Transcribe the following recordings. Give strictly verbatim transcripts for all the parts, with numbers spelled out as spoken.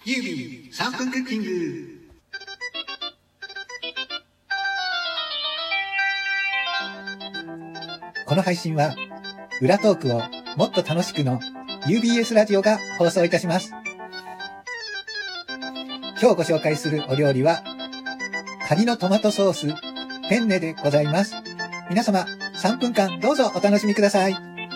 ユービーさんぷんクッキング。この配信は裏トークをもっと楽しくの ユービーエス ラジオが放送いたします。今日ご紹介するお料理はカニのトマトソースペンネでございます。皆様さんぷんかんどうぞお楽しみください。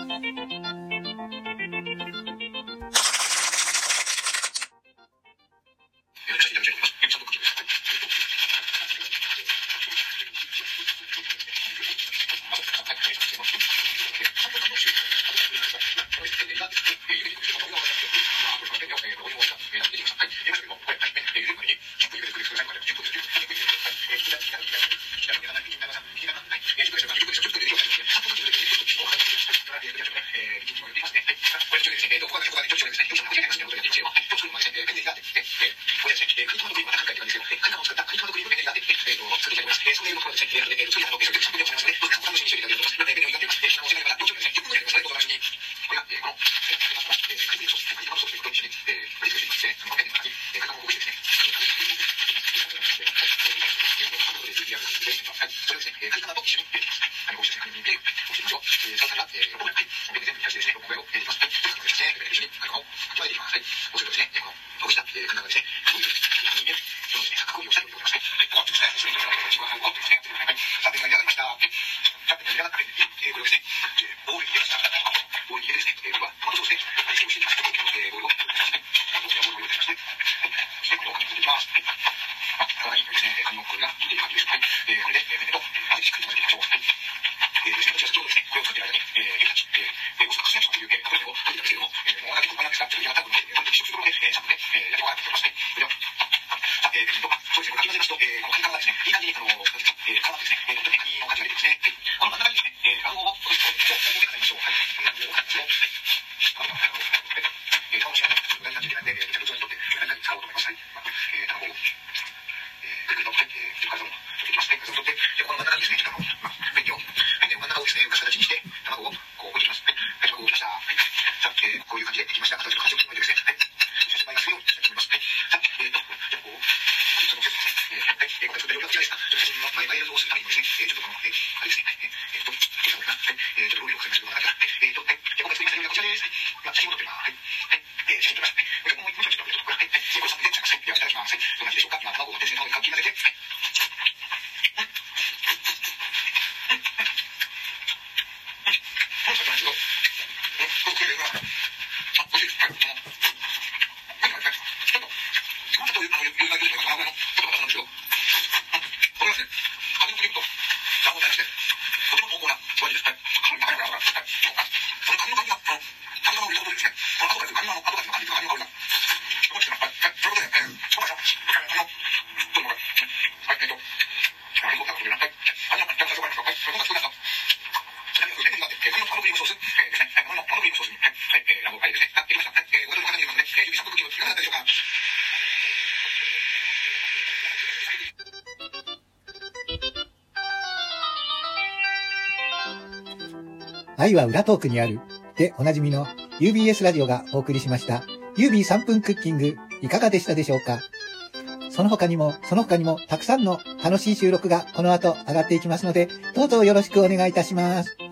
愛は裏トークにあるでおなじみの ユービーエス ラジオがお送りしましたユービーさんぷんクッキング、いかがでしたでしょうか。その他にもその他にもたくさんの楽しい収録がこの後上がっていきますので、どうぞよろしくお願いいたします。